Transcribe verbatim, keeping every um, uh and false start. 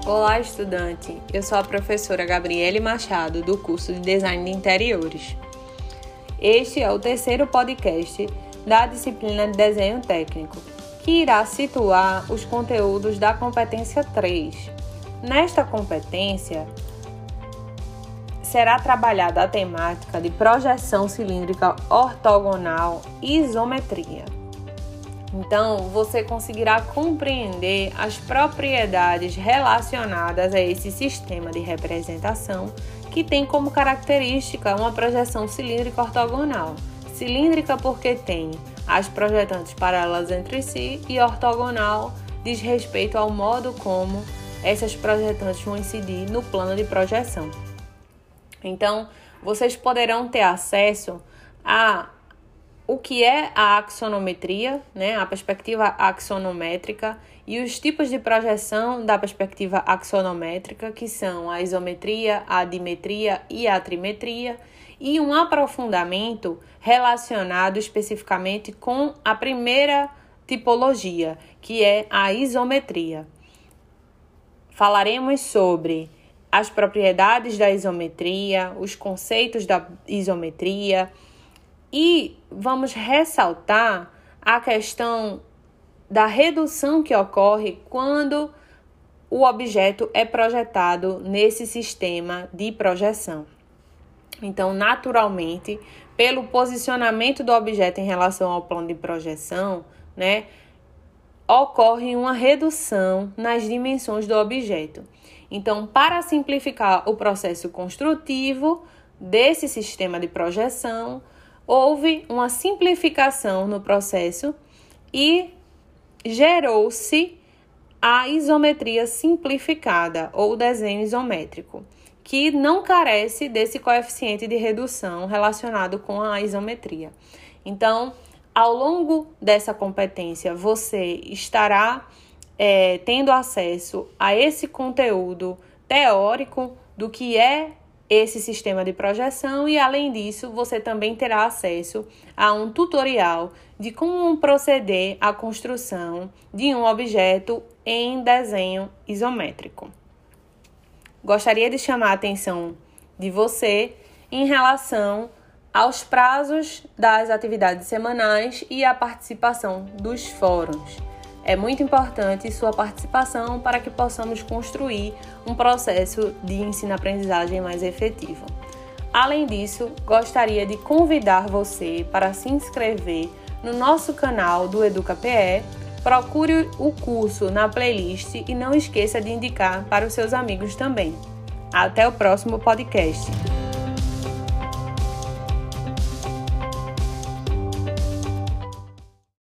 Olá, estudante! Eu sou a professora Gabriele Machado, do curso de Design de Interiores. Este é o terceiro podcast da disciplina de Desenho Técnico, que irá situar os conteúdos da competência três. Nesta competência, será trabalhada a temática de projeção cilíndrica ortogonal e isometria. Então, você conseguirá compreender as propriedades relacionadas a esse sistema de representação que tem como característica uma projeção cilíndrica ortogonal. Cilíndrica porque tem as projetantes paralelas entre si e ortogonal diz respeito ao modo como essas projetantes vão incidir no plano de projeção. Então, vocês poderão ter acesso a o que é a axonometria, né, a perspectiva axonométrica e os tipos de projeção da perspectiva axonométrica, que são a isometria, a dimetria e a trimetria, e um aprofundamento relacionado especificamente com a primeira tipologia, que é a isometria. Falaremos sobre as propriedades da isometria, os conceitos da isometria, e vamos ressaltar a questão da redução que ocorre quando o objeto é projetado nesse sistema de projeção. Então, naturalmente, pelo posicionamento do objeto em relação ao plano de projeção, né, ocorre uma redução nas dimensões do objeto. Então, para simplificar o processo construtivo desse sistema de projeção, houve uma simplificação no processo e gerou-se a isometria simplificada ou desenho isométrico, que não carece desse coeficiente de redução relacionado com a isometria. Então, ao longo dessa competência, você estará é, tendo acesso a esse conteúdo teórico do que é esse sistema de projeção e, além disso, você também terá acesso a um tutorial de como proceder à construção de um objeto em desenho isométrico. Gostaria de chamar a atenção de você em relação aos prazos das atividades semanais e a participação dos fóruns. É muito importante sua participação para que possamos construir um processo de ensino-aprendizagem mais efetivo. Além disso, gostaria de convidar você para se inscrever no nosso canal do EducaPE, procure o curso na playlist e não esqueça de indicar para os seus amigos também. Até o próximo podcast.